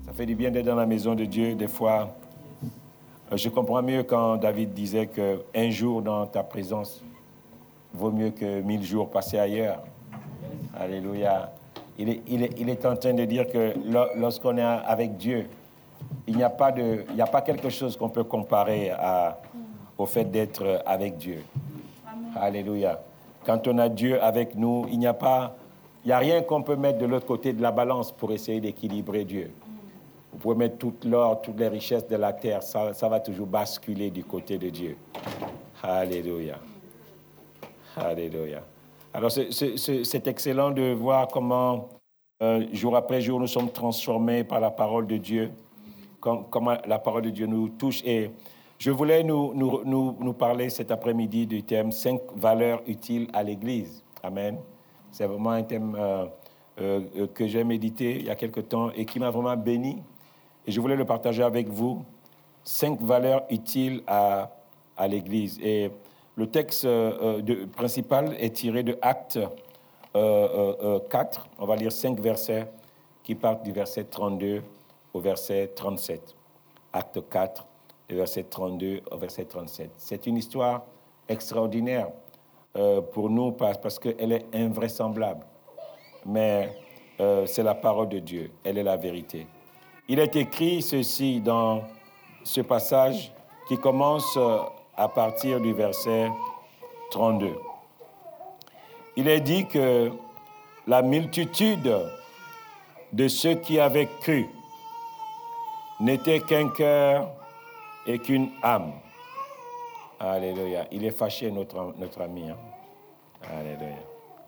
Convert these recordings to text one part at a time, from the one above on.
Ça fait du bien d'être dans la maison de Dieu. Des fois, je comprends mieux quand David disait qu'un jour dans ta présence vaut mieux que 1000 jours passés ailleurs. Alléluia. Il est en train de dire que lorsqu'on est avec Dieu, il n'y a pas quelque chose qu'on peut comparer au fait d'être avec Dieu. Amen. Alléluia. Quand on a Dieu avec nous, il n'y a rien qu'on peut mettre de l'autre côté de la balance pour essayer d'équilibrer Dieu. Vous pouvez mettre toute l'or, toutes les richesses de la terre, ça va toujours basculer du côté de Dieu. Alléluia. Alléluia. Alors, c'est excellent de voir comment, jour après jour, nous sommes transformés par la parole de Dieu, comment la parole de Dieu nous touche. Et je voulais nous parler cet après-midi du thème « 5 valeurs utiles à l'Église ». Amen. C'est vraiment un thème que j'ai médité il y a quelque temps et qui m'a vraiment béni. Et je voulais le partager avec vous. 5 valeurs utiles à l'Église. Et le texte principal est tiré de Actes 4. On va lire 5 versets qui partent du verset 32 au verset 37. Actes 4, du verset 32 au verset 37. C'est une histoire extraordinaire pour nous parce qu'elle est invraisemblable. Mais c'est la parole de Dieu. Elle est la vérité. Il est écrit ceci dans ce passage qui commence à partir du verset 32. Il est dit que la multitude de ceux qui avaient cru n'était qu'un cœur et qu'une âme. Alléluia. Il est fâché, notre ami. Hein? Alléluia.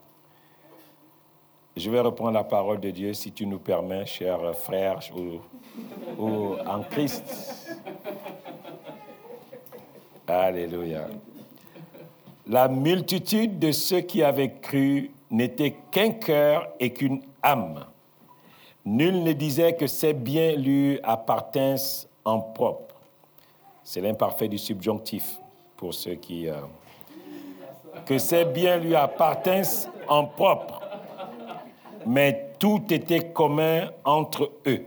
Je vais reprendre la parole de Dieu, si tu nous permets, chers frères ou en Christ. Alléluia. La multitude de ceux qui avaient cru n'était qu'un cœur et qu'une âme. Nul ne disait que ses biens lui appartinssent en propre. C'est l'imparfait du subjonctif pour ceux qui... que ses biens lui appartinssent en propre. Mais tout était commun entre eux.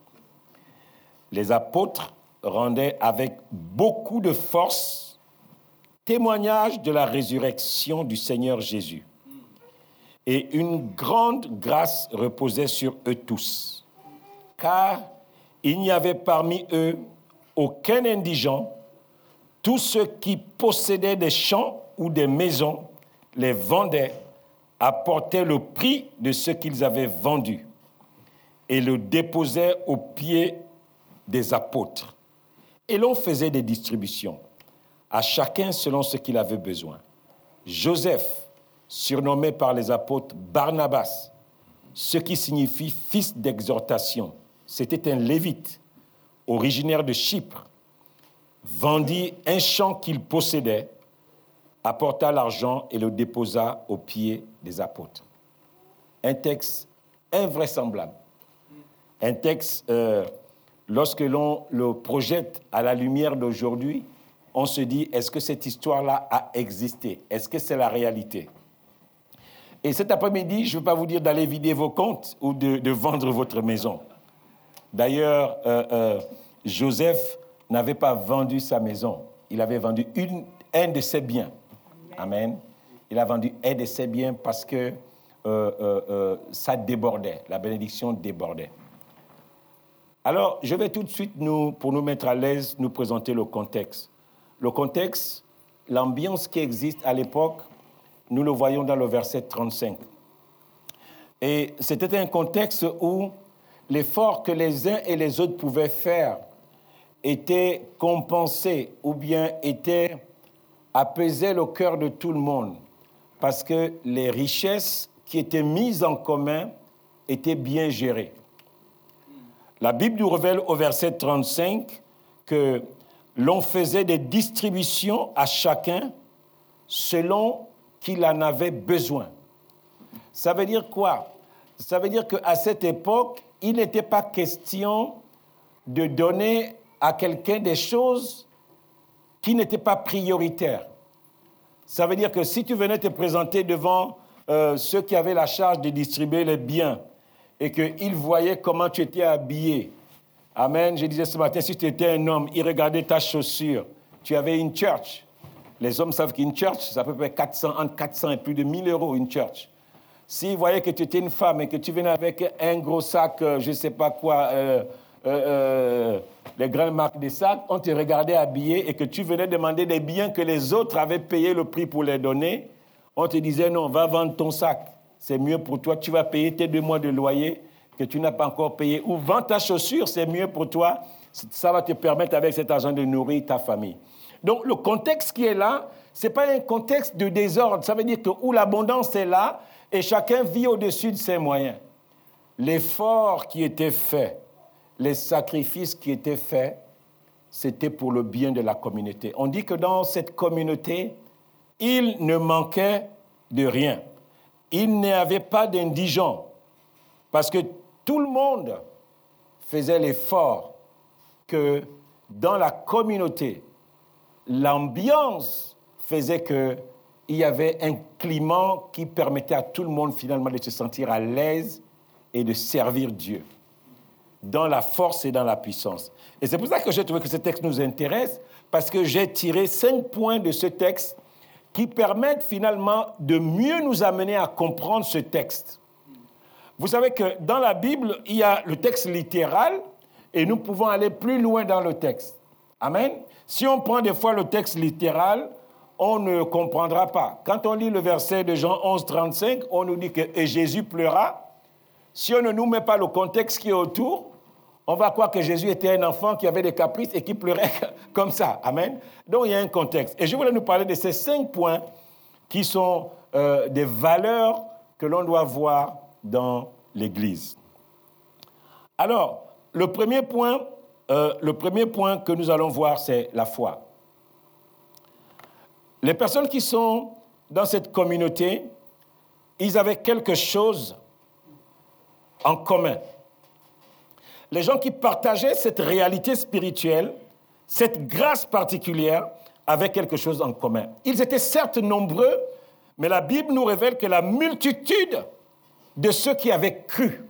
Les apôtres rendaient avec beaucoup de force témoignage de la résurrection du Seigneur Jésus. Et une grande grâce reposait sur eux tous, car il n'y avait parmi eux aucun indigent. Tous ceux qui possédaient des champs ou des maisons les vendaient, apportaient le prix de ce qu'ils avaient vendu et le déposaient aux pieds des apôtres. Et l'on faisait des distributions, à chacun selon ce qu'il avait besoin. Joseph, surnommé par les apôtres Barnabas, ce qui signifie « fils d'exhortation », c'était un lévite, originaire de Chypre, vendit un champ qu'il possédait, apporta l'argent et le déposa aux pieds des apôtres. Un texte invraisemblable. Un texte, lorsque l'on le projette à la lumière d'aujourd'hui, on se dit, est-ce que cette histoire-là a existé? Est-ce que c'est la réalité? Et cet après-midi, je ne veux pas vous dire d'aller vider vos comptes ou de vendre votre maison. D'ailleurs, Joseph n'avait pas vendu sa maison. Il avait vendu un de ses biens. Amen. Il a vendu un de ses biens parce que ça débordait. La bénédiction débordait. Alors, je vais tout de suite, pour nous mettre à l'aise, nous présenter le contexte. Le contexte, l'ambiance qui existe à l'époque, nous le voyons dans le verset 35. Et c'était un contexte où l'effort que les uns et les autres pouvaient faire était compensé ou bien était apaisait le cœur de tout le monde parce que les richesses qui étaient mises en commun étaient bien gérées. La Bible nous révèle au verset 35 que l'on faisait des distributions à chacun selon qu'il en avait besoin. Ça veut dire quoi? Ça veut dire qu'à cette époque, il n'était pas question de donner à quelqu'un des choses qui n'étaient pas prioritaires. Ça veut dire que si tu venais te présenter devant ceux qui avaient la charge de distribuer les biens et qu'ils voyaient comment tu étais habillé Amen. Je disais ce matin, si tu étais un homme, il regardait ta chaussure. Tu avais une church. Les hommes savent qu'une church, c'est à peu près 400, entre 400 et plus de 1000 euros, une church. S'ils voyaient que tu étais une femme et que tu venais avec un gros sac, je ne sais pas quoi, les grandes marques des sacs, on te regardait habillé et que tu venais demander des biens que les autres avaient payé le prix pour les donner, on te disait non, va vendre ton sac. C'est mieux pour toi, tu vas payer tes 2 mois de loyer que tu n'as pas encore payé. Ou vends ta chaussure, c'est mieux pour toi. Ça va te permettre avec cet argent de nourrir ta famille. Donc le contexte qui est là, ce n'est pas un contexte de désordre. Ça veut dire que où l'abondance est là et chacun vit au-dessus de ses moyens. L'effort qui était fait, les sacrifices qui étaient faits, c'était pour le bien de la communauté. On dit que dans cette communauté, il ne manquait de rien. Il n'y avait pas d'indigents, parce que tout le monde faisait l'effort que dans la communauté, l'ambiance faisait qu'il y avait un climat qui permettait à tout le monde finalement de se sentir à l'aise et de servir Dieu dans la force et dans la puissance. Et c'est pour ça que j'ai trouvé que ce texte nous intéresse, parce que j'ai tiré 5 points de ce texte qui permettent finalement de mieux nous amener à comprendre ce texte. Vous savez que dans la Bible, il y a le texte littéral et nous pouvons aller plus loin dans le texte. Amen. Si on prend des fois le texte littéral, on ne comprendra pas. Quand on lit le verset de Jean 11, 35, on nous dit que « Et Jésus pleura ». Si on ne nous met pas le contexte qui est autour, on va croire que Jésus était un enfant qui avait des caprices et qui pleurait comme ça. Amen. Donc, il y a un contexte. Et je voulais nous parler de ces 5 points qui sont des valeurs que l'on doit voir dans l'Église. Alors, le premier point que nous allons voir, c'est la foi. Les personnes qui sont dans cette communauté, ils avaient quelque chose en commun. Les gens qui partageaient cette réalité spirituelle, cette grâce particulière, avaient quelque chose en commun. Ils étaient certes nombreux, mais la Bible nous révèle que la multitude de ceux qui avaient cru.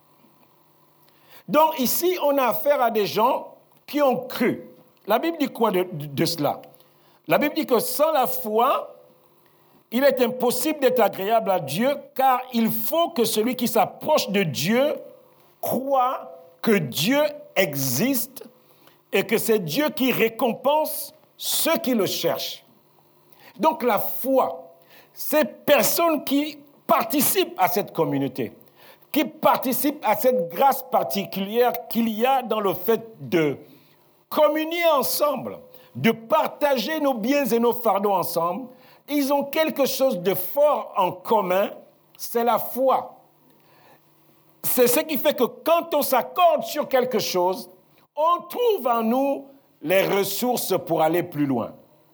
Donc ici, on a affaire à des gens qui ont cru. La Bible dit quoi de cela? La Bible dit que sans la foi, il est impossible d'être agréable à Dieu, car il faut que celui qui s'approche de Dieu croit que Dieu existe et que c'est Dieu qui récompense ceux qui le cherchent. Donc la foi, ces personnes qui participent à cette communauté, qui participent à cette grâce particulière qu'il y a dans le fait de communier ensemble, de partager nos biens et nos fardeaux ensemble, ils ont quelque chose de fort en commun, c'est la foi. C'est ce qui fait que quand on s'accorde sur quelque chose, on trouve en nous les ressources pour aller plus loin.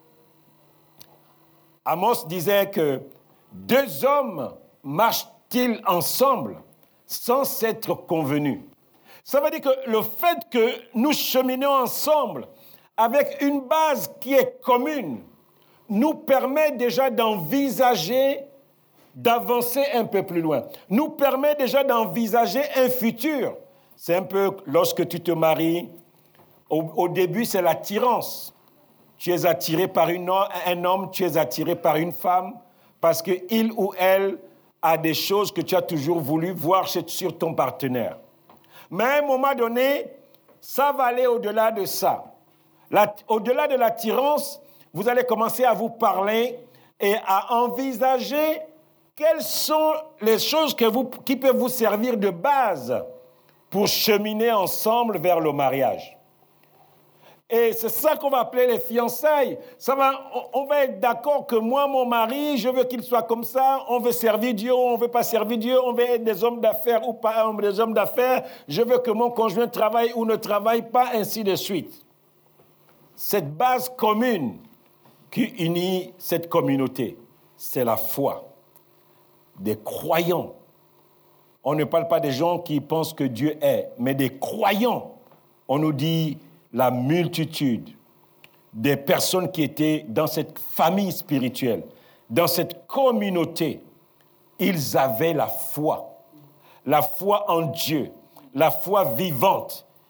Amos disait que 2 hommes marchent-ils ensemble sans s'être convenus. Ça veut dire que le fait que nous cheminions ensemble avec une base qui est commune nous permet déjà d'envisager d'avancer un peu plus loin, nous permet déjà d'envisager un futur. C'est un peu lorsque tu te maries, au début c'est l'attirance. Tu es attiré par un homme, tu es attiré par une femme, parce qu'il ou elle a des choses que tu as toujours voulu voir sur ton partenaire. Mais à un moment donné, ça va aller au-delà de ça. Au-delà de l'attirance, vous allez commencer à vous parler et à envisager quelles sont les choses qui peuvent vous servir de base pour cheminer ensemble vers le mariage. Et c'est ça qu'on va appeler les fiançailles. On va être d'accord que moi, mon mari, je veux qu'il soit comme ça, on veut servir Dieu ou on ne veut pas servir Dieu, on veut être des hommes d'affaires ou pas des hommes d'affaires, je veux que mon conjoint travaille ou ne travaille pas, ainsi de suite. Cette base commune qui unit cette communauté, c'est la foi. Des croyants. On ne parle pas des gens qui pensent que Dieu est, mais des croyants. On nous dit la multitude des personnes qui étaient dans cette famille spirituelle, dans cette communauté, ils avaient la foi en Dieu, la foi vivante.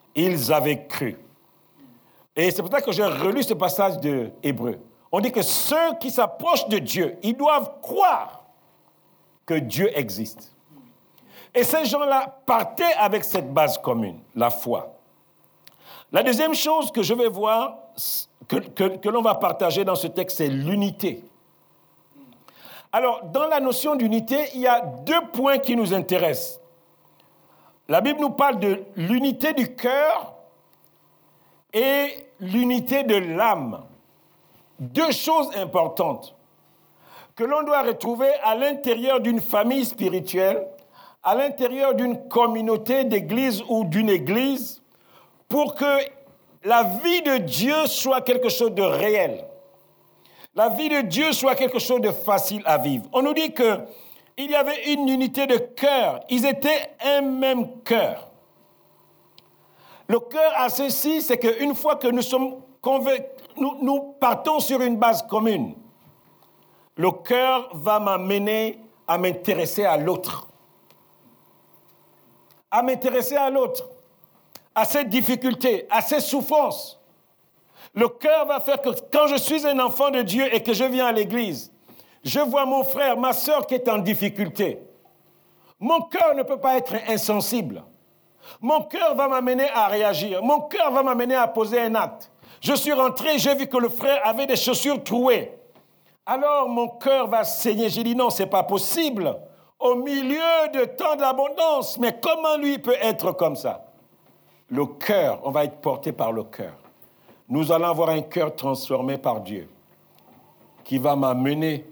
ils avaient cru. Et c'est pour ça que j'ai relu ce passage de Hébreux. On dit que ceux qui s'approchent de Dieu, ils doivent croire que Dieu existe. Et ces gens-là partaient avec cette base commune, la foi. La deuxième chose que je vais voir, que l'on va partager dans ce texte, c'est l'unité. Alors, dans la notion d'unité, il y a 2 points qui nous intéressent. La Bible nous parle de l'unité du cœur et l'unité de l'âme. 2 choses importantes que l'on doit retrouver à l'intérieur d'une famille spirituelle, à l'intérieur d'une communauté d'église ou d'une église, pour que la vie de Dieu soit quelque chose de réel. La vie de Dieu soit quelque chose de facile à vivre. On nous dit qu'il y avait une unité de cœur. Ils étaient un même cœur. Le cœur a ceci, c'est qu'une fois que nous partons sur une base commune, le cœur va m'amener à m'intéresser à l'autre. À m'intéresser à l'autre, à ses difficultés, à ses souffrances. Le cœur va faire que quand je suis un enfant de Dieu et que je viens à l'église, je vois mon frère, ma sœur qui est en difficulté. Mon cœur ne peut pas être insensible. Mon cœur va m'amener à réagir. Mon cœur va m'amener à poser un acte. Je suis rentré, j'ai vu que le frère avait des chaussures trouées. Alors mon cœur va saigner. J'ai dit non, ce n'est pas possible. Au milieu de tant d'abondance, mais comment lui peut être comme ça? Le cœur, on va être porté par le cœur. Nous allons avoir un cœur transformé par Dieu qui va m'amener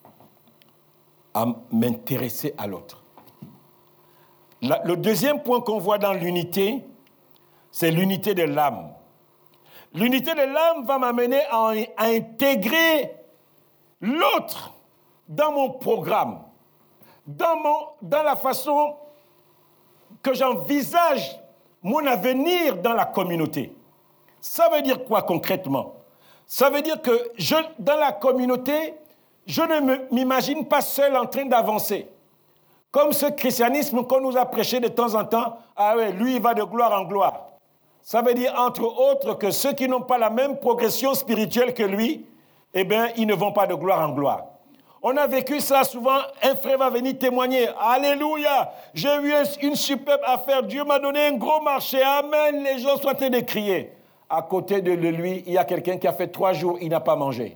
à m'intéresser à l'autre. Le deuxième point qu'on voit dans l'unité, c'est l'unité de l'âme. L'unité de l'âme va m'amener à intégrer l'autre dans mon programme, dans la façon que j'envisage mon avenir dans la communauté. Ça veut dire quoi concrètement? Ça veut dire que dans la communauté, je ne m'imagine pas seul en train d'avancer. Comme ce christianisme qu'on nous a prêché de temps en temps, ah ouais, lui il va de gloire en gloire. Ça veut dire entre autres que ceux qui n'ont pas la même progression spirituelle que lui, eh bien, ils ne vont pas de gloire en gloire. On a vécu ça souvent, un frère va venir témoigner. Alléluia, j'ai eu une superbe affaire, Dieu m'a donné un gros marché, amen, les gens sont en train de crier. À côté de lui, il y a quelqu'un qui a fait 3 jours, il n'a pas mangé.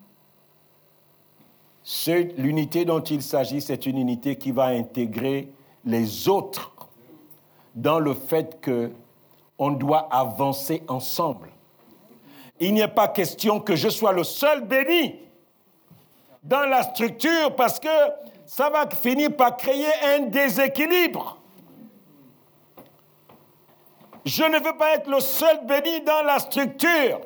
L'unité dont il s'agit, c'est une unité qui va intégrer les autres dans le fait qu'on doit avancer ensemble. Il n'y a pas question que je sois le seul béni dans la structure parce que ça va finir par créer un déséquilibre. Je ne veux pas être le seul béni dans la structure.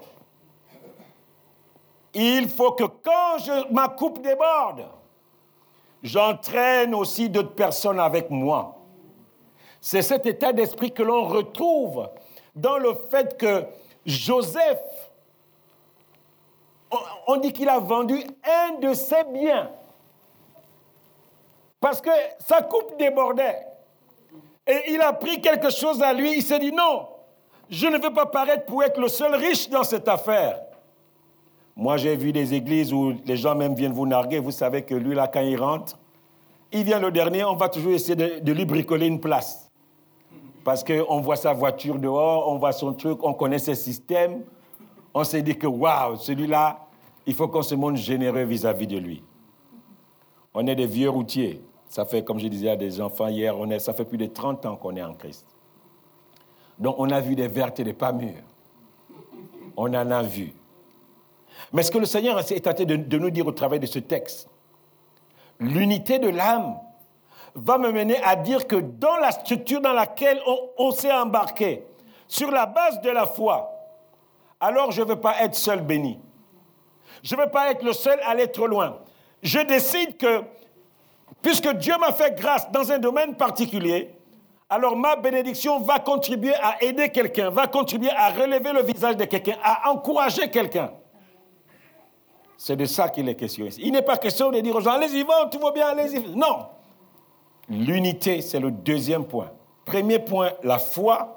Il faut que quand ma coupe déborde, j'entraîne aussi d'autres personnes avec moi. C'est cet état d'esprit que l'on retrouve dans le fait que Joseph, on dit qu'il a vendu un de ses biens parce que sa coupe débordait. Et il a pris quelque chose à lui, il s'est dit non, je ne veux pas paraître pour être le seul riche dans cette affaire. Moi, j'ai vu des églises où les gens même viennent vous narguer. Vous savez que lui, là, quand il rentre, il vient le dernier, on va toujours essayer de lui bricoler une place. Parce qu'on voit sa voiture dehors, on voit son truc, on connaît ses systèmes. On s'est dit que, waouh, celui-là, il faut qu'on se montre généreux vis-à-vis de lui. On est des vieux routiers. Ça fait, comme je disais à des enfants hier, ça fait plus de 30 ans qu'on est en Christ. Donc, on a vu des vertes et des pas mûres. On en a vu. Mais ce que le Seigneur est tenté de nous dire au travers de ce texte, l'unité de l'âme va me mener à dire que dans la structure dans laquelle on s'est embarqué, sur la base de la foi, alors je ne veux pas être seul béni. Je ne veux pas être le seul à aller trop loin. Je décide que, puisque Dieu m'a fait grâce dans un domaine particulier, alors ma bénédiction va contribuer à aider quelqu'un, va contribuer à relever le visage de quelqu'un, à encourager quelqu'un. C'est de ça qu'il est question ici. Il n'est pas question de dire aux gens, allez-y, va, tout va bien, allez-y. Non. L'unité, c'est le deuxième point. Premier point, la foi.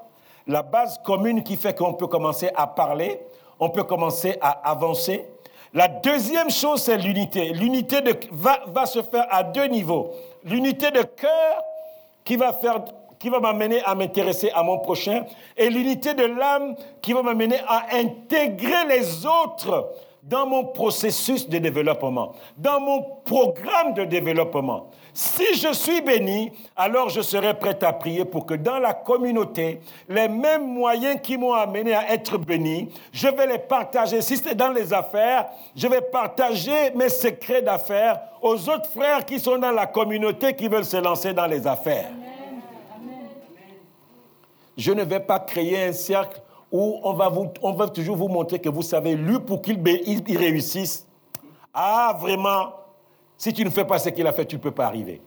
la base commune qui fait qu'on peut commencer à parler, on peut commencer à avancer. La deuxième chose, c'est l'unité. L'unité va se faire à deux niveaux. L'unité de cœur qui va m'amener à m'intéresser à mon prochain, et l'unité de l'âme qui va m'amener à intégrer les autres dans mon processus de développement, dans mon programme de développement. Si je suis béni, alors je serai prêt à prier pour que dans la communauté, les mêmes moyens qui m'ont amené à être béni, je vais les partager. Si c'est dans les affaires, je vais partager mes secrets d'affaires aux autres frères qui sont dans la communauté qui veulent se lancer dans les affaires. Amen. Je ne vais pas créer un cercle où on va toujours vous montrer que vous savez, lui, pour qu'il réussisse. Ah, vraiment, si tu ne fais pas ce qu'il a fait, tu ne peux pas arriver.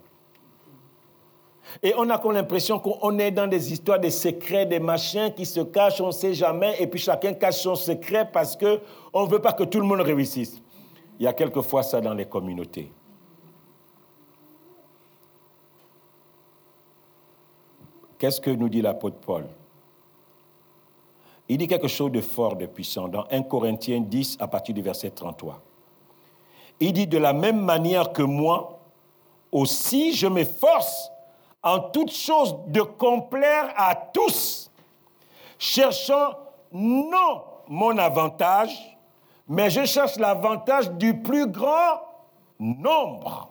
Et on a comme l'impression qu'on est dans des histoires, des secrets, des machins qui se cachent, on ne sait jamais, et puis chacun cache son secret parce qu'on ne veut pas que tout le monde réussisse. Il y a quelquefois ça dans les communautés. Qu'est-ce que nous dit l'apôtre Paul ? Il dit quelque chose de fort, de puissant, dans 1 Corinthiens 10, à partir du verset 33. Il dit, de la même manière que moi, aussi je m'efforce en toutes choses de complaire à tous, cherchant non mon avantage, mais je cherche l'avantage du plus grand nombre,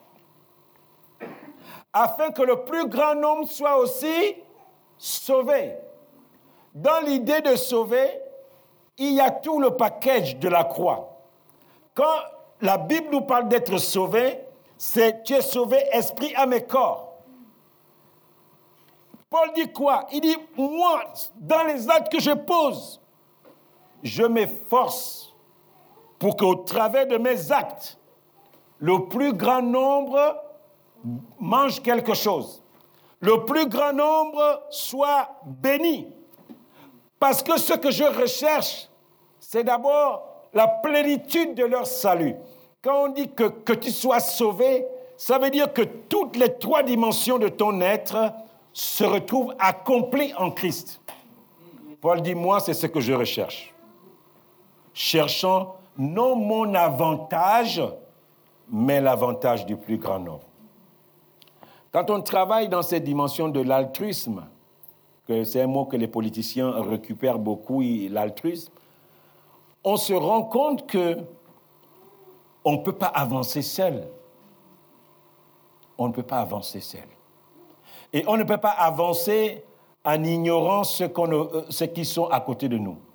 afin que le plus grand nombre soit aussi sauvé. Dans l'idée de sauver, il y a tout le package de la croix. Quand la Bible nous parle d'être sauvé, c'est tu es sauvé esprit, âme et corps. Paul dit quoi? Il dit, moi, dans les actes que je pose, je m'efforce pour qu'au travers de mes actes, le plus grand nombre mange quelque chose. Le plus grand nombre soit béni. Parce que ce que je recherche, c'est d'abord la plénitude de leur salut. Quand on dit que tu sois sauvé, ça veut dire que toutes les trois dimensions de ton être se retrouvent accomplies en Christ. Paul dit, moi, c'est ce que je recherche. Cherchant non mon avantage, mais l'avantage du plus grand nombre. Quand on travaille dans cette dimension de l'altruisme, que c'est un mot que les politiciens récupèrent beaucoup, l'altruisme, on se rend compte qu'on ne peut pas avancer seul. On ne peut pas avancer seul. Et on ne peut pas avancer en ignorant ceux qui sont à côté de nous.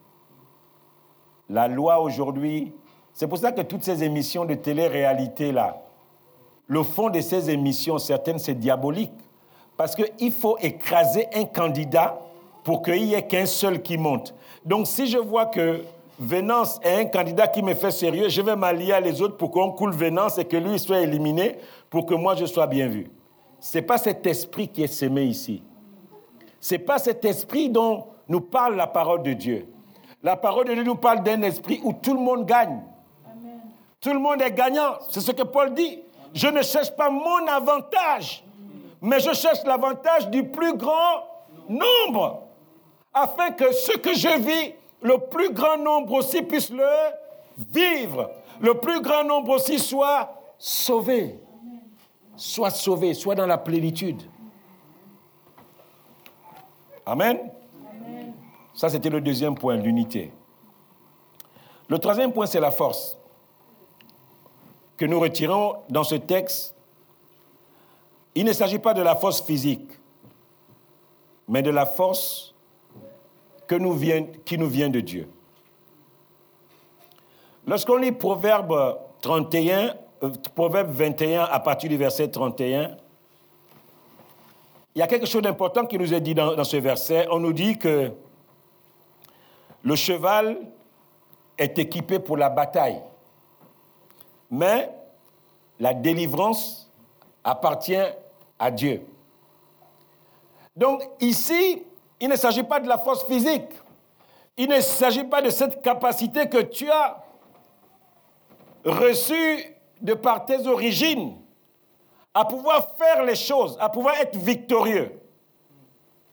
La loi aujourd'hui, c'est pour ça que toutes ces émissions de télé-réalité-là, le fond de ces émissions, certaines, c'est diabolique. Parce qu'il faut écraser un candidat pour qu'il n'y ait qu'un seul qui monte. Donc, si je vois que Venance est un candidat qui me fait sérieux, je vais m'allier à les autres pour qu'on coule Venance et que lui soit éliminé pour que moi, je sois bien vu. Ce n'est pas cet esprit qui est semé ici. Ce n'est pas cet esprit dont nous parle la parole de Dieu. La parole de Dieu nous parle d'un esprit où tout le monde gagne. Amen. Tout le monde est gagnant. C'est ce que Paul dit. Je ne cherche pas mon avantage, mais je cherche l'avantage du plus grand nombre, afin que ce que je vis, le plus grand nombre aussi puisse le vivre. Le plus grand nombre aussi soit sauvé. Soit sauvé, soit dans la plénitude. Amen. Amen. Ça, c'était le deuxième point, l'unité. Le troisième point, c'est la force que nous retirons dans ce texte. Il ne s'agit pas de la force physique, mais de la force qui nous vient de Dieu. Lorsqu'on lit Proverbe 21 à partir du verset 31, il y a quelque chose d'important qui nous est dit dans ce verset. On nous dit que le cheval est équipé pour la bataille, mais la délivrance appartient à Dieu. Donc ici, il ne s'agit pas de la force physique. Il ne s'agit pas de cette capacité que tu as reçue de par tes origines à pouvoir faire les choses, à pouvoir être victorieux.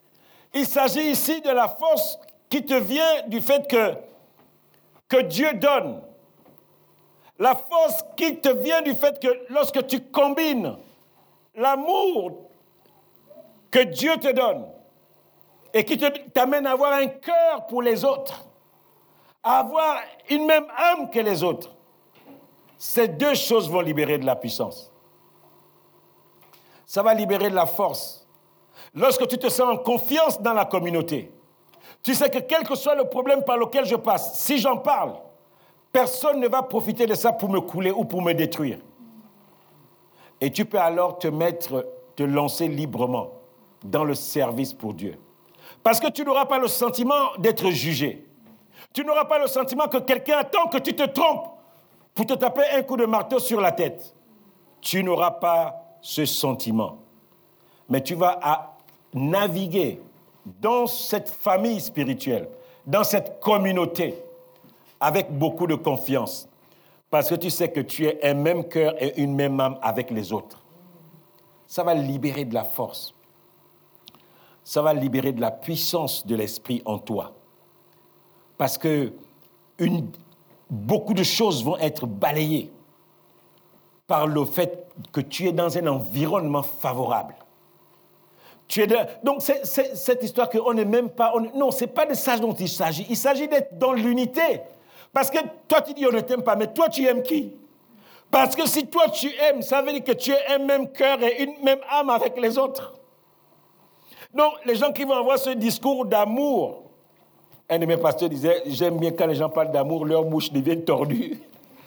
Il s'agit ici de la force qui te vient du fait que Dieu donne. La force qui te vient du fait que lorsque tu combines l'amour que Dieu te donne et qui t'amène à avoir un cœur pour les autres, à avoir une même âme que les autres, ces deux choses vont libérer de la puissance. Ça va libérer de la force. Lorsque tu te sens en confiance dans la communauté, tu sais que quel que soit le problème par lequel je passe, si j'en parle, personne ne va profiter de ça pour me couler ou pour me détruire. Et tu peux alors te lancer librement dans le service pour Dieu. Parce que tu n'auras pas le sentiment d'être jugé. Tu n'auras pas le sentiment que quelqu'un attend que tu te trompes pour te taper un coup de marteau sur la tête. Tu n'auras pas ce sentiment. Mais tu vas naviguer dans cette famille spirituelle, dans cette communauté, avec beaucoup de confiance. Parce que tu sais que tu es un même cœur et une même âme avec les autres. Ça va libérer de la force. Ça va libérer de la puissance de l'esprit en toi. Parce que beaucoup de choses vont être balayées par le fait que tu es dans un environnement favorable. Donc, c'est cette histoire qu'on n'est même pas... non, ce n'est pas de ça dont il s'agit. Il s'agit d'être dans l'unité. Parce que toi, tu dis on ne t'aime pas, mais toi, tu aimes qui? Parce que si toi, tu aimes, ça veut dire que tu es un même cœur et une même âme avec les autres. Donc, les gens qui vont avoir ce discours d'amour, un de mes pasteurs disait, j'aime bien quand les gens parlent d'amour, leur bouche devient tordue.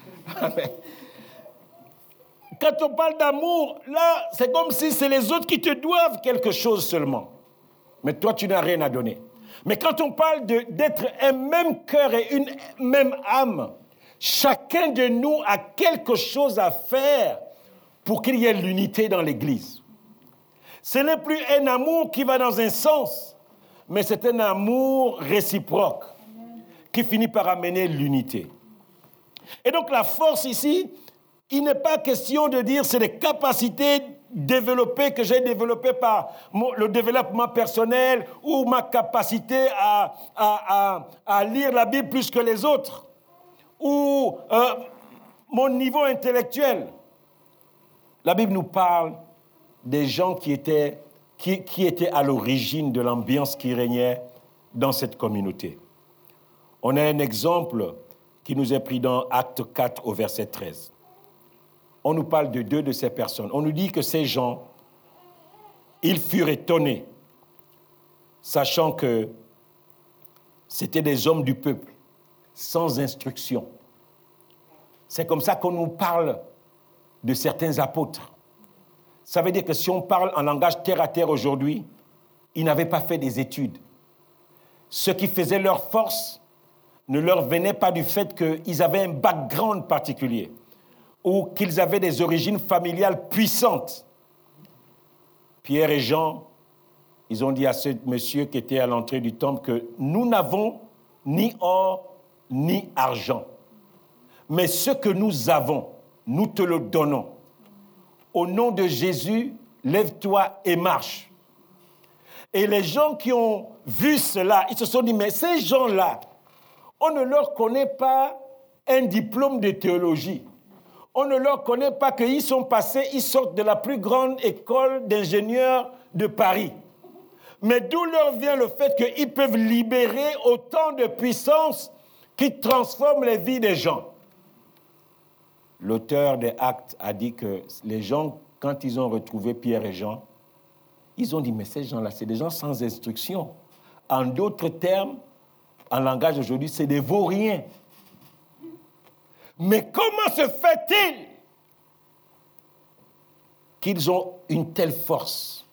Quand on parle d'amour, là, c'est comme si c'est les autres qui te doivent quelque chose seulement. Mais toi, tu n'as rien à donner. Mais quand on parle d'être un même cœur et une même âme, chacun de nous a quelque chose à faire pour qu'il y ait l'unité dans l'Église. Ce n'est plus un amour qui va dans un sens, mais c'est un amour réciproque qui finit par amener l'unité. Et donc la force ici, il n'est pas question de dire c'est des capacités développées que j'ai développées par le développement personnel ou ma capacité à lire la Bible plus que les autres ou mon niveau intellectuel. La Bible nous parle des gens qui étaient à l'origine de l'ambiance qui régnait dans cette communauté. On a un exemple qui nous est pris dans Acte 4 au verset 13. On nous parle de deux de ces personnes. On nous dit que ces gens, ils furent étonnés, sachant que c'était des hommes du peuple, sans instruction. C'est comme ça qu'on nous parle de certains apôtres. Ça veut dire que si on parle en langage terre à terre aujourd'hui, ils n'avaient pas fait des études. Ce qui faisait leur force ne leur venait pas du fait qu'ils avaient un background particulier ou qu'ils avaient des origines familiales puissantes. Pierre et Jean, ils ont dit à ce monsieur qui était à l'entrée du temple que nous n'avons ni or ni argent, mais ce que nous avons, nous te le donnons. Au nom de Jésus, lève-toi et marche. Et les gens qui ont vu cela, ils se sont dit, mais ces gens-là, on ne leur connaît pas un diplôme de théologie. On ne leur connaît pas qu'ils sont passés, ils sortent de la plus grande école d'ingénieurs de Paris. Mais d'où leur vient le fait qu'ils peuvent libérer autant de puissance qui transforme les vies des gens? L'auteur des Actes a dit que les gens, quand ils ont retrouvé Pierre et Jean, ils ont dit, mais ces gens-là, c'est des gens sans instruction. En d'autres termes, en langage d'aujourd'hui, c'est des vauriens. Mais comment se fait-il qu'ils ont une telle force?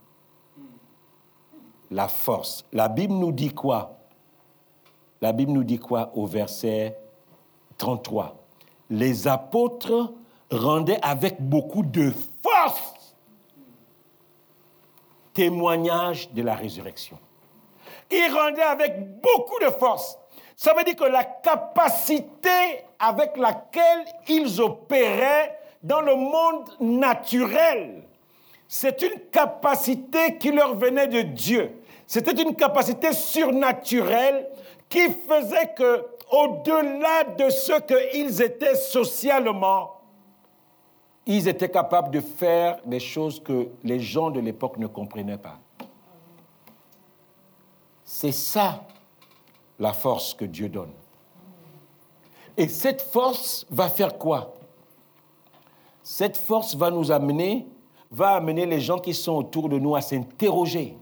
La force. La Bible nous dit quoi? La Bible nous dit quoi au verset 33? Les apôtres rendaient avec beaucoup de force témoignage de la résurrection. Ils rendaient avec beaucoup de force. Ça veut dire que la capacité avec laquelle ils opéraient dans le monde naturel, c'est une capacité qui leur venait de Dieu. C'était une capacité surnaturelle qui faisait que, au-delà de ce qu'ils étaient socialement, ils étaient capables de faire des choses que les gens de l'époque ne comprenaient pas. C'est ça, la force que Dieu donne. Et cette force va faire quoi? Cette force va amener les gens qui sont autour de nous à s'interroger.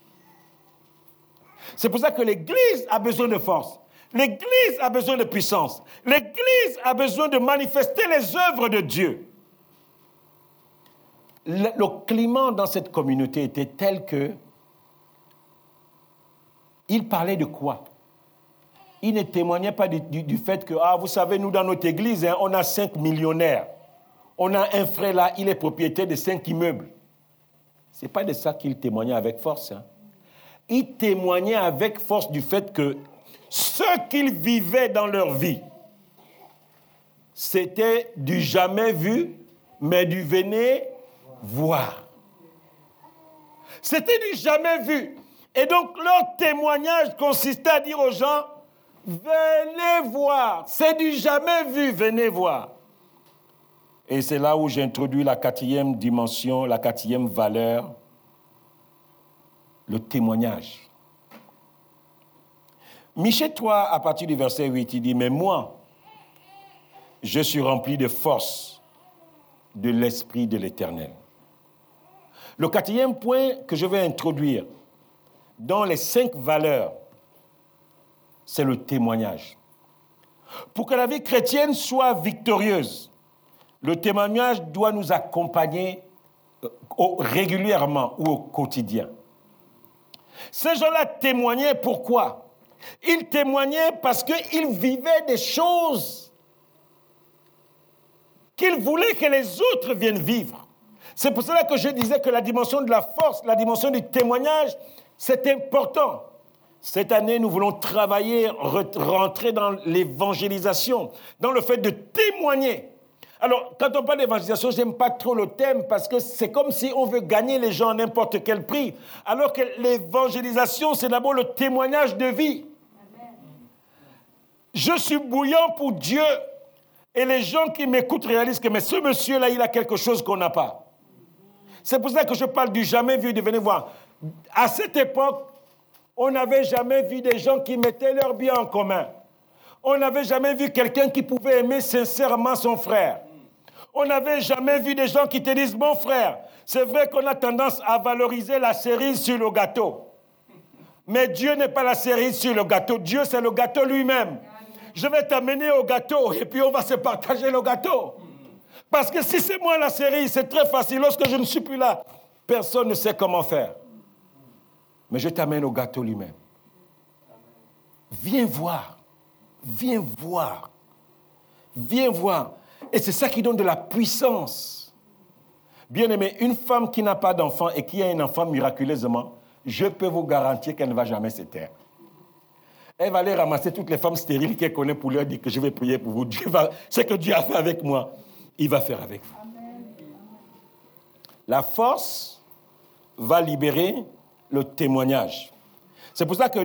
C'est pour ça que l'Église a besoin de force. L'Église a besoin de puissance. L'Église a besoin de manifester les œuvres de Dieu. Le climat dans cette communauté était tel que il parlait de quoi? Il ne témoignait pas du fait que, vous savez, nous, dans notre église, on a 5 millionnaires. On a un frère là, il est propriétaire de 5 immeubles. Ce n'est pas de ça qu'il témoignait avec force. Il témoignait avec force du fait que ce qu'ils vivaient dans leur vie, c'était du jamais vu, mais du venez voir. C'était du jamais vu. Et donc, leur témoignage consistait à dire aux gens, venez voir. C'est du jamais vu, venez voir. Et c'est là où j'introduis la 4e dimension, la 4e valeur, le témoignage. Michée 3, à partir du verset 8, il dit, mais moi, je suis rempli de force de l'Esprit de l'Éternel. Le 4e point que je vais introduire dans les 5 valeurs, c'est le témoignage. Pour que la vie chrétienne soit victorieuse, le témoignage doit nous accompagner régulièrement ou au quotidien. Ces gens-là témoignaient pourquoi? Ils témoignaient parce qu'ils vivaient des choses qu'ils voulaient que les autres viennent vivre. C'est pour cela que je disais que la dimension de la force, la dimension du témoignage, c'est important. Cette année, nous voulons travailler, rentrer dans l'évangélisation, dans le fait de témoigner. Alors, quand on parle d'évangélisation, je n'aime pas trop le thème parce que c'est comme si on veut gagner les gens à n'importe quel prix. Alors que l'évangélisation, c'est d'abord le témoignage de vie. Amen. Je suis bouillant pour Dieu et les gens qui m'écoutent réalisent que mais ce monsieur-là, il a quelque chose qu'on n'a pas. C'est pour ça que je parle du jamais vu, de venir voir. À cette époque, on n'avait jamais vu des gens qui mettaient leurs biens en commun. On n'avait jamais vu quelqu'un qui pouvait aimer sincèrement son frère. On n'avait jamais vu des gens qui te disent « Mon frère, c'est vrai qu'on a tendance à valoriser la cerise sur le gâteau. Mais Dieu n'est pas la cerise sur le gâteau. Dieu, c'est le gâteau lui-même. Je vais t'amener au gâteau et puis on va se partager le gâteau. Parce que si c'est moi la cerise, c'est très facile. Lorsque je ne suis plus là, personne ne sait comment faire. Mais je t'amène au gâteau lui-même. Viens voir. Viens voir. Viens voir. Et c'est ça qui donne de la puissance. Bien-aimé, une femme qui n'a pas d'enfant et qui a un enfant miraculeusement, je peux vous garantir qu'elle ne va jamais se taire. Elle va aller ramasser toutes les femmes stériles qu'elle connaît pour leur dire que je vais prier pour vous. Ce que Dieu a fait avec moi, il va faire avec vous. Amen. La force va libérer le témoignage. C'est pour ça que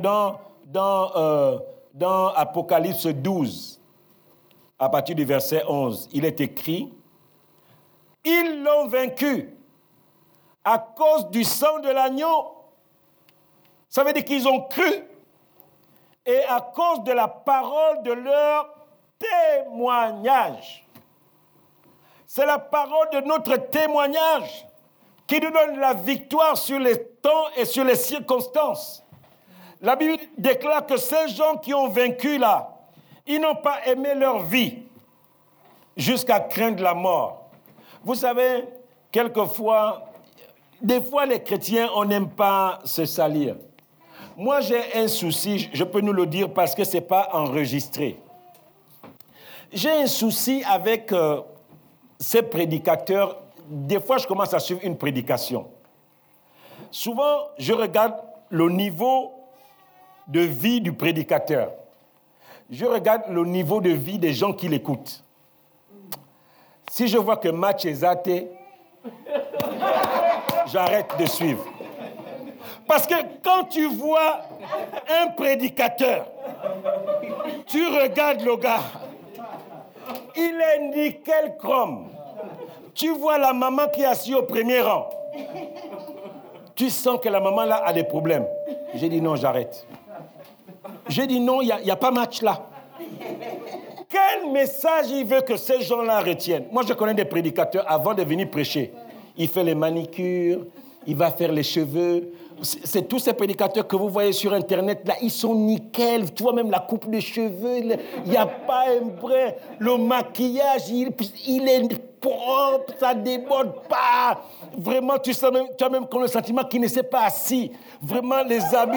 dans Apocalypse 12, à partir du verset 11, il est écrit « Ils l'ont vaincu à cause du sang de l'agneau. » Ça veut dire qu'ils ont cru et à cause de la parole de leur témoignage. C'est la parole de notre témoignage qui nous donne la victoire sur les temps et sur les circonstances. La Bible déclare que ces gens qui ont vaincu là, ils n'ont pas aimé leur vie jusqu'à craindre la mort. Vous savez, quelquefois, des fois les chrétiens, on n'aime pas se salir. Moi, j'ai un souci, je peux nous le dire parce que ce n'est pas enregistré. J'ai un souci avec ces prédicateurs. Des fois, je commence à suivre une prédication. Souvent, je regarde le niveau de vie du prédicateur. Je regarde le niveau de vie des gens qui l'écoutent. Si je vois que match est zaté, j'arrête de suivre. Parce que quand tu vois un prédicateur, tu regardes le gars, il est nickel chrome. Tu vois la maman qui est assise au premier rang. Tu sens que la maman là a des problèmes. J'ai dit non, j'arrête. J'ai dit non, il n'y a pas match là. Quel message il veut que ces gens-là retiennent? Moi, je connais des prédicateurs avant de venir prêcher. Il fait les manicures, il va faire les cheveux. C'est tous ces prédicateurs que vous voyez sur Internet, là, ils sont nickel. Tu vois, même la coupe de cheveux, il n'y a pas un brin. Le maquillage, il est propre, ça ne déborde pas. Vraiment, tu as même comme le sentiment qu'il ne s'est pas assis. Vraiment, les habits...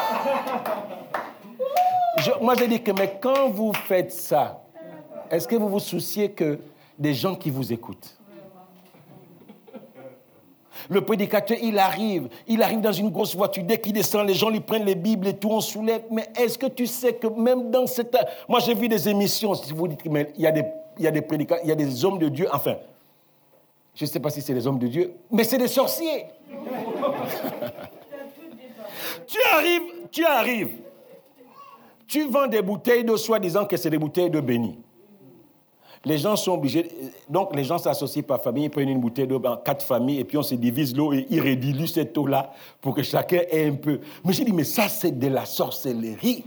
Moi, je dis que, mais quand vous faites ça, est-ce que vous vous souciez que des gens qui vous écoutent? Le prédicateur, il arrive dans une grosse voiture, dès qu'il descend, les gens lui prennent les Bibles et tout, on soulève. Mais est-ce que tu sais que même dans cette... Moi, j'ai vu des émissions, si vous dites, mais il y a des prédicateurs, il y a des hommes de Dieu, enfin, je ne sais pas si c'est des hommes de Dieu, mais c'est des sorciers. Tu arrives, tu vends des bouteilles d'eau, soi-disant que c'est des bouteilles de béni. Les gens sont obligés... Donc, les gens s'associent par famille, ils prennent une bouteille d'eau dans 4 familles, et puis on se divise l'eau et ils rédiluent cette eau-là pour que chacun ait un peu. Mais j'ai dit, mais ça, c'est de la sorcellerie.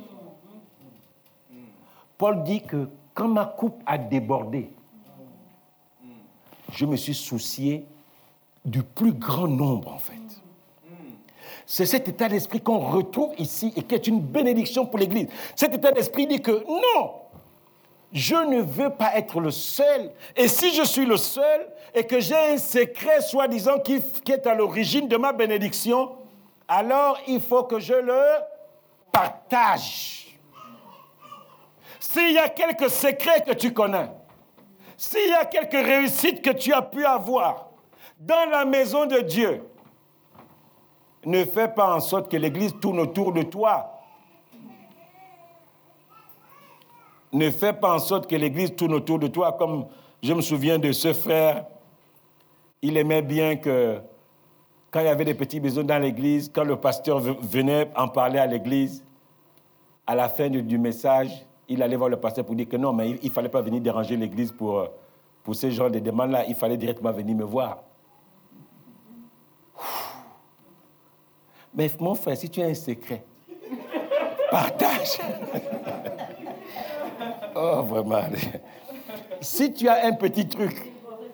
Paul dit que quand ma coupe a débordé, je me suis soucié du plus grand nombre, en fait. C'est cet état d'esprit qu'on retrouve ici et qui est une bénédiction pour l'Église. Cet état d'esprit dit que non, je ne veux pas être le seul. Et si je suis le seul et que j'ai un secret, soi-disant, qui est à l'origine de ma bénédiction, alors il faut que je le partage. S'il y a quelques secrets que tu connais, s'il y a quelques réussites que tu as pu avoir dans la maison de Dieu, ne fais pas en sorte que l'Église tourne autour de toi. Ne fais pas en sorte que l'Église tourne autour de toi. Comme je me souviens de ce frère, il aimait bien que quand il y avait des petits besoins dans l'Église, quand le pasteur venait en parler à l'Église, à la fin du message, il allait voir le pasteur pour dire que non, mais il ne fallait pas venir déranger l'Église pour ce genre de demandes-là. Il fallait directement venir me voir. Mais mon frère, si tu as un secret, partage. Oh, vraiment. Si tu as un petit truc,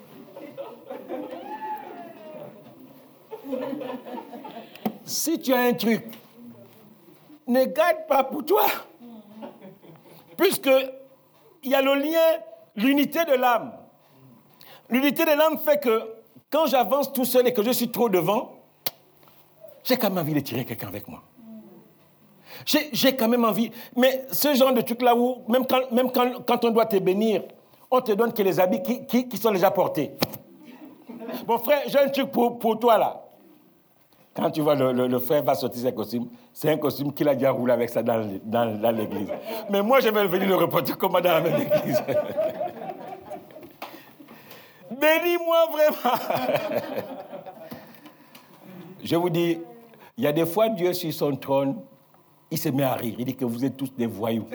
si tu as un truc, ne garde pas pour toi. Puisqu'il y a le lien, l'unité de l'âme. L'unité de l'âme fait que quand j'avance tout seul et que je suis trop devant, j'ai quand même envie de tirer quelqu'un avec moi. J'ai quand même envie. Mais ce genre de truc-là où, même quand on doit te bénir, on te donne que les habits qui sont déjà portés. Mon frère, j'ai un truc pour toi là. Quand tu vois le frère va sortir ses costumes, c'est un costume qu'il a déjà roulé avec ça dans l'église. Mais moi, je vais venir le reporter comme dans la même église. Bénis-moi vraiment. Je vous dis, il y a des fois, Dieu sur son trône, il se met à rire. Il dit que vous êtes tous des voyous.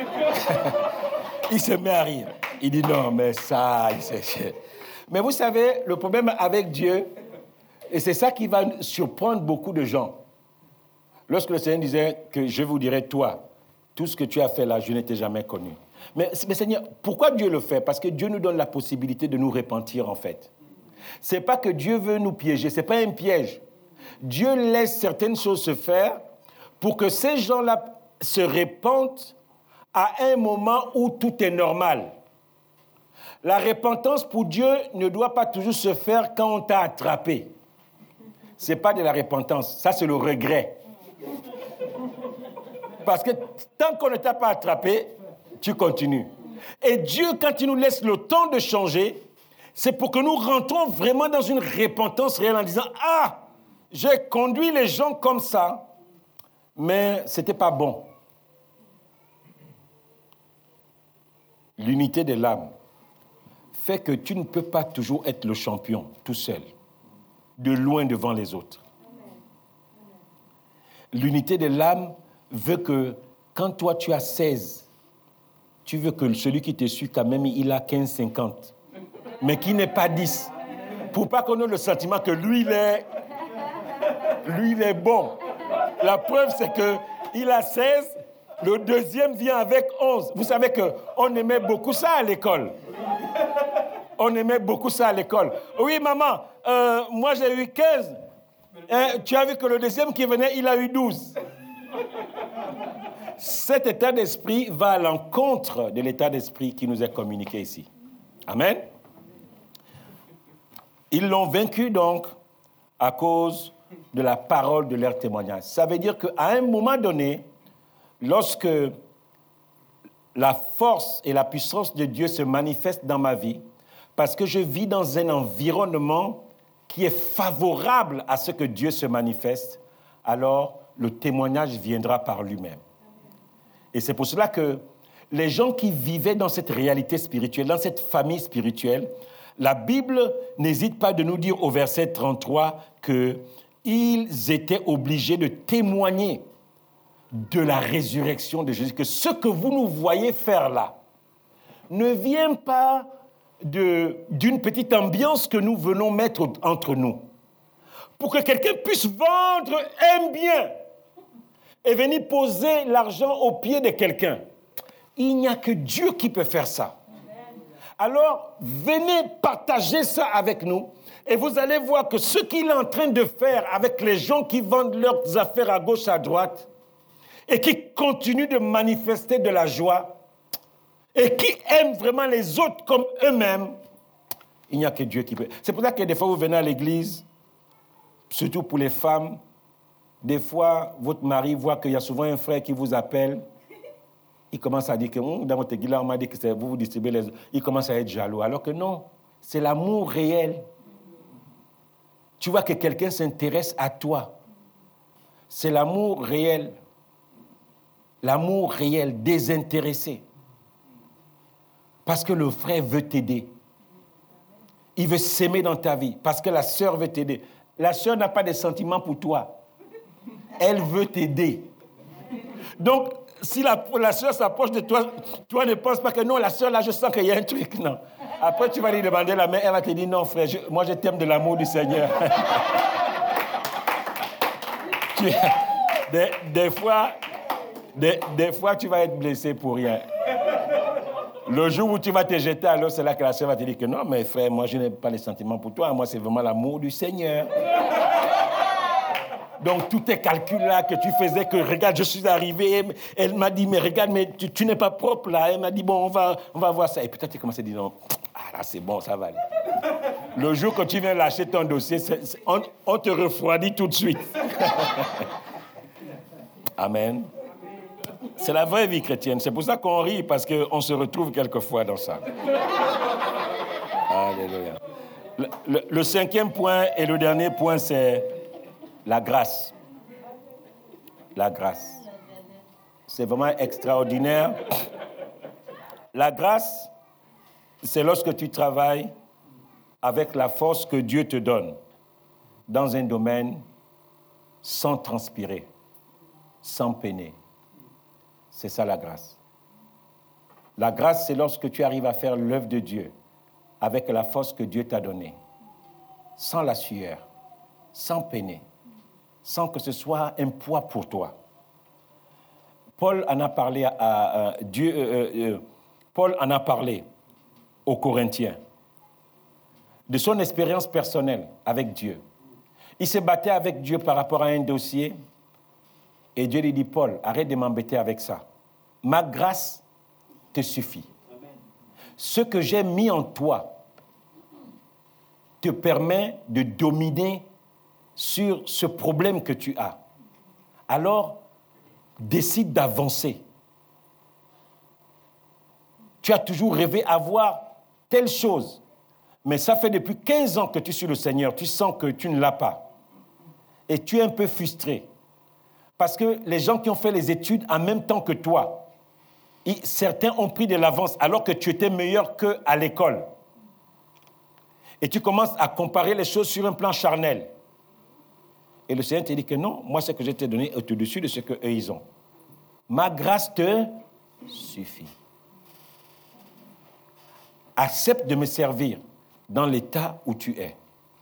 Il se met à rire. Il dit non, mais ça... Mais vous savez, le problème avec Dieu, et c'est ça qui va surprendre beaucoup de gens. Lorsque le Seigneur disait que je vous dirai, toi, tout ce que tu as fait là, je ne t'ai jamais connu. Mais Seigneur, pourquoi Dieu le fait? Parce que Dieu nous donne la possibilité de nous repentir, en fait. Ce n'est pas que Dieu veut nous piéger, ce n'est pas un piège. Dieu laisse certaines choses se faire pour que ces gens-là se répandent à un moment où tout est normal. La repentance pour Dieu ne doit pas toujours se faire quand on t'a attrapé. Ce n'est pas de la repentance, ça c'est le regret. Parce que tant qu'on ne t'a pas attrapé, tu continues. Et Dieu, quand il nous laisse le temps de changer, c'est pour que nous rentrons vraiment dans une repentance réelle en disant « Ah, j'ai conduit les gens comme ça, mais ce n'était pas bon. » L'unité de l'âme fait que tu ne peux pas toujours être le champion tout seul, de loin devant les autres. l'unité de l'âme veut que quand toi tu as 16, tu veux que celui qui te suit quand même, il a 15, 50, mais qui n'est pas 10. Pour pas qu'on ait le sentiment que lui, il est bon. La preuve, c'est qu'il a 16, le deuxième vient avec 11. Vous savez qu'on aimait beaucoup ça à l'école. On aimait beaucoup ça à l'école. Oui, maman, moi j'ai eu 15. Tu as vu que le deuxième qui venait, il a eu 12. Cet état d'esprit va à l'encontre de l'état d'esprit qui nous est communiqué ici. Amen. Ils l'ont vaincu donc à cause de la parole de leur témoignage. Ça veut dire qu'à un moment donné, lorsque la force et la puissance de Dieu se manifestent dans ma vie, parce que je vis dans un environnement qui est favorable à ce que Dieu se manifeste, alors le témoignage viendra par lui-même. Et c'est pour cela que les gens qui vivaient dans cette réalité spirituelle, dans cette famille spirituelle, la Bible n'hésite pas de nous dire au verset 33 qu'ils étaient obligés de témoigner de la résurrection de Jésus, que ce que vous nous voyez faire là ne vient pas d'une petite ambiance que nous venons mettre entre nous. Pour que quelqu'un puisse vendre un bien et venir poser l'argent aux pieds de quelqu'un, il n'y a que Dieu qui peut faire ça. Alors, venez partager ça avec nous et vous allez voir que ce qu'il est en train de faire avec les gens qui vendent leurs affaires à gauche, à droite et qui continuent de manifester de la joie et qui aiment vraiment les autres comme eux-mêmes, il n'y a que Dieu qui peut. C'est pour ça que des fois, vous venez à l'église, surtout pour les femmes, des fois, votre mari voit qu'il y a souvent un frère qui vous appelle, il commence à dire que dans votre église, on m'a dit que vous distribuez les autres. Il commence à être jaloux. Alors que non, c'est l'amour réel. Tu vois que quelqu'un s'intéresse à toi. C'est l'amour réel. L'amour réel, désintéressé. Parce que le frère veut t'aider. Il veut s'aimer dans ta vie. Parce que la sœur veut t'aider. La sœur n'a pas de sentiments pour toi. Elle veut t'aider. Donc, si la sœur s'approche de toi, toi ne penses pas que non, la sœur là, je sens qu'il y a un truc. Non. Après, tu vas lui demander la main, elle va te dire non, frère, moi je t'aime de l'amour du Seigneur. Des fois, tu vas être blessé pour rien. Le jour où tu vas te jeter à l'eau, c'est là que la sœur va te dire que non, mais frère, moi je n'ai pas les sentiments pour toi, moi c'est vraiment l'amour du Seigneur. Donc, tous tes calculs là que tu faisais, que regarde, je suis arrivé, elle m'a dit, mais regarde, mais tu n'es pas propre là. Elle m'a dit, bon, on va voir ça. Et peut-être tu commences à dire, non, là c'est bon, ça va aller. Le jour que tu viens lâcher ton dossier, on te refroidit tout de suite. Amen. C'est la vraie vie chrétienne. C'est pour ça qu'on rit, parce qu'on se retrouve quelquefois dans ça. Alléluia. Le cinquième point et le dernier point, c'est la grâce. La grâce. C'est vraiment extraordinaire. La grâce, c'est lorsque tu travailles avec la force que Dieu te donne dans un domaine sans transpirer, sans peiner. C'est ça la grâce. La grâce, c'est lorsque tu arrives à faire l'œuvre de Dieu avec la force que Dieu t'a donnée, sans la sueur, sans peiner, sans que ce soit un poids pour toi. Paul en a parlé Paul en a parlé aux Corinthiens de son expérience personnelle avec Dieu. Il se battait avec Dieu par rapport à un dossier et Dieu lui dit, Paul, arrête de m'embêter avec ça. Ma grâce te suffit. Amen. Ce que j'ai mis en toi te permet de dominer sur ce problème que tu as. Alors, décide d'avancer. Tu as toujours rêvé avoir telle chose, mais ça fait depuis 15 ans que tu suis le Seigneur, tu sens que tu ne l'as pas. Et tu es un peu frustré. Parce que les gens qui ont fait les études en même temps que toi, certains ont pris de l'avance alors que tu étais meilleur qu'à l'école. Et tu commences à comparer les choses sur un plan charnel. Et le Seigneur te dit que non, moi, ce que je t'ai donné est au-dessus de ce qu'eux, ils ont. Ma grâce te suffit. Accepte de me servir dans l'état où tu es.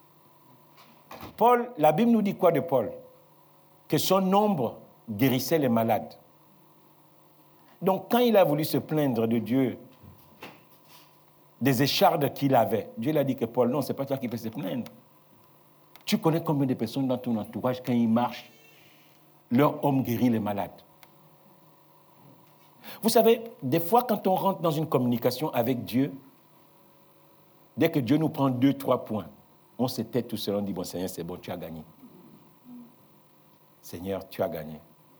Paul, la Bible nous dit quoi de Paul? Que son ombre guérissait les malades. Donc, quand il a voulu se plaindre de Dieu, des échardes qu'il avait, Dieu lui a dit que Paul, non, ce n'est pas toi qui peux se plaindre. Tu connais combien de personnes dans ton entourage, quand ils marchent, leur homme guérit les malades. Vous savez, des fois, quand on rentre dans une communication avec Dieu, dès que Dieu nous prend 2-3 points, on se tait tout seul, on dit, bon Seigneur, c'est bon, tu as gagné. Seigneur, tu as gagné.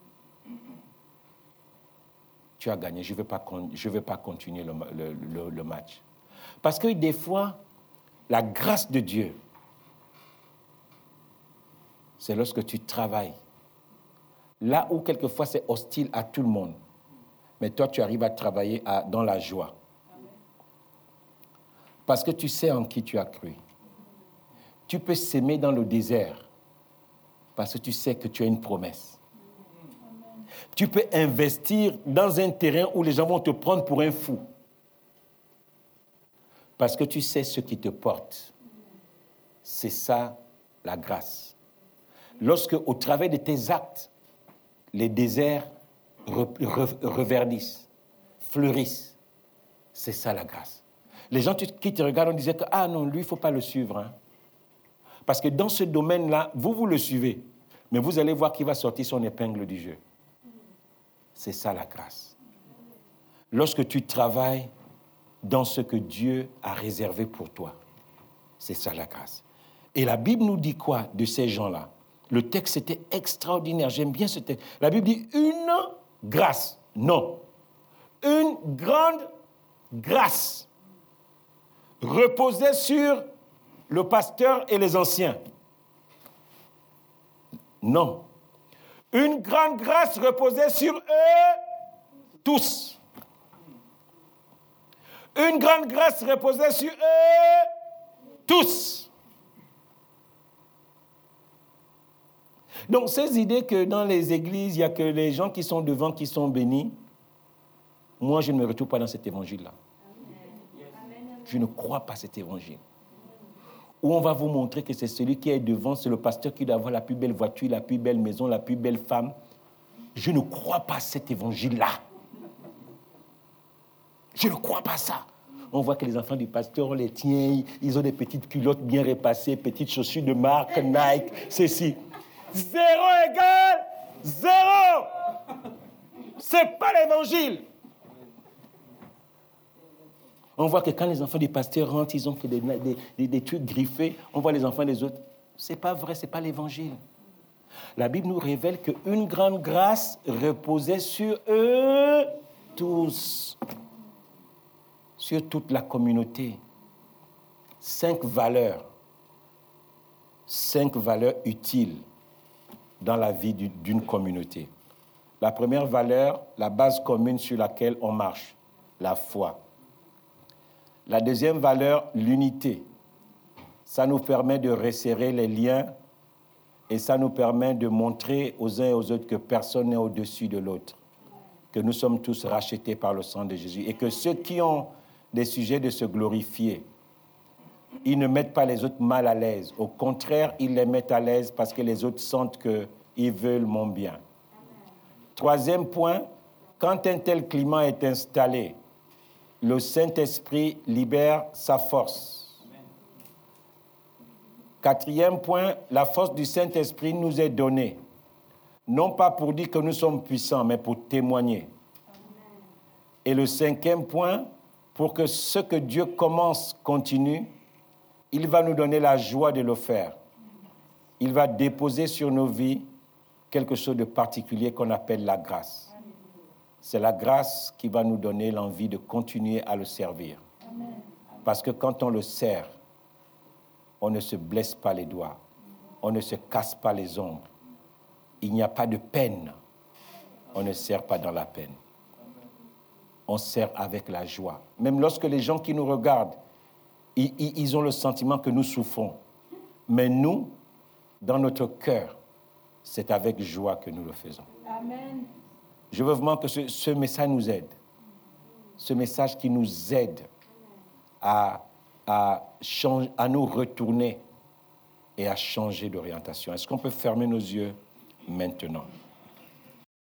Tu as gagné, je ne vais pas continuer le match. Parce que des fois, la grâce de Dieu, c'est lorsque tu travailles. Là où quelquefois c'est hostile à tout le monde, mais toi tu arrives à travailler dans la joie. Parce que tu sais en qui tu as cru. Tu peux s'aimer dans le désert parce que tu sais que tu as une promesse. Tu peux investir dans un terrain où les gens vont te prendre pour un fou. Parce que tu sais ce qui te porte. C'est ça, la grâce. Lorsque, au travers de tes actes, les déserts reverdissent, fleurissent, c'est ça la grâce. Les gens qui te regardent, on disait que, ah non, lui, il ne faut pas le suivre. Hein. Parce que dans ce domaine-là, vous le suivez, mais vous allez voir qu'il va sortir son épingle du jeu. C'est ça la grâce. Lorsque tu travailles dans ce que Dieu a réservé pour toi, c'est ça la grâce. Et la Bible nous dit quoi de ces gens-là? Le texte était extraordinaire, j'aime bien ce texte. La Bible dit une grâce, non, une grande grâce reposait sur le pasteur et les anciens. Non. Une grande grâce reposait sur eux tous. Une grande grâce reposait sur eux tous. Donc, ces idées que dans les églises, il n'y a que les gens qui sont devant qui sont bénis, moi, je ne me retrouve pas dans cet évangile-là. Je ne crois pas à cet évangile. Où on va vous montrer que c'est celui qui est devant, c'est le pasteur qui doit avoir la plus belle voiture, la plus belle maison, la plus belle femme. Je ne crois pas à cet évangile-là. Je ne crois pas à ça. On voit que les enfants du pasteur, on les tient, ils ont des petites culottes bien repassées, petites chaussures de marque, Nike, ceci. 0 égale 0. C'est pas l'évangile. On voit que quand les enfants des pasteurs rentrent, ils ont que des trucs griffés. On voit les enfants des autres. C'est pas vrai, c'est pas l'évangile. La Bible nous révèle qu'une grande grâce reposait sur eux tous, sur toute la communauté. 5 valeurs utiles dans la vie d'une communauté. La première valeur, la base commune sur laquelle on marche, la foi. La deuxième valeur, l'unité. Ça nous permet de resserrer les liens et ça nous permet de montrer aux uns et aux autres que personne n'est au-dessus de l'autre, que nous sommes tous rachetés par le sang de Jésus et que ceux qui ont des sujets de se glorifier, ils ne mettent pas les autres mal à l'aise. Au contraire, ils les mettent à l'aise parce que les autres sentent qu'ils veulent mon bien. Troisième point, quand un tel climat est installé, le Saint-Esprit libère sa force. Quatrième point, la force du Saint-Esprit nous est donnée, non pas pour dire que nous sommes puissants, mais pour témoigner. Et le cinquième point, pour que ce que Dieu commence continue, il va nous donner la joie de le faire. Il va déposer sur nos vies quelque chose de particulier qu'on appelle la grâce. C'est la grâce qui va nous donner l'envie de continuer à le servir. Parce que quand on le sert, on ne se blesse pas les doigts, on ne se casse pas les ongles. Il n'y a pas de peine. On ne sert pas dans la peine. On sert avec la joie. Même lorsque les gens qui nous regardent, ils ont le sentiment que nous souffrons. Mais nous, dans notre cœur, c'est avec joie que nous le faisons. Amen. Je veux vraiment que ce message nous aide. Ce message qui nous aide à nous retourner et à changer d'orientation. Est-ce qu'on peut fermer nos yeux maintenant?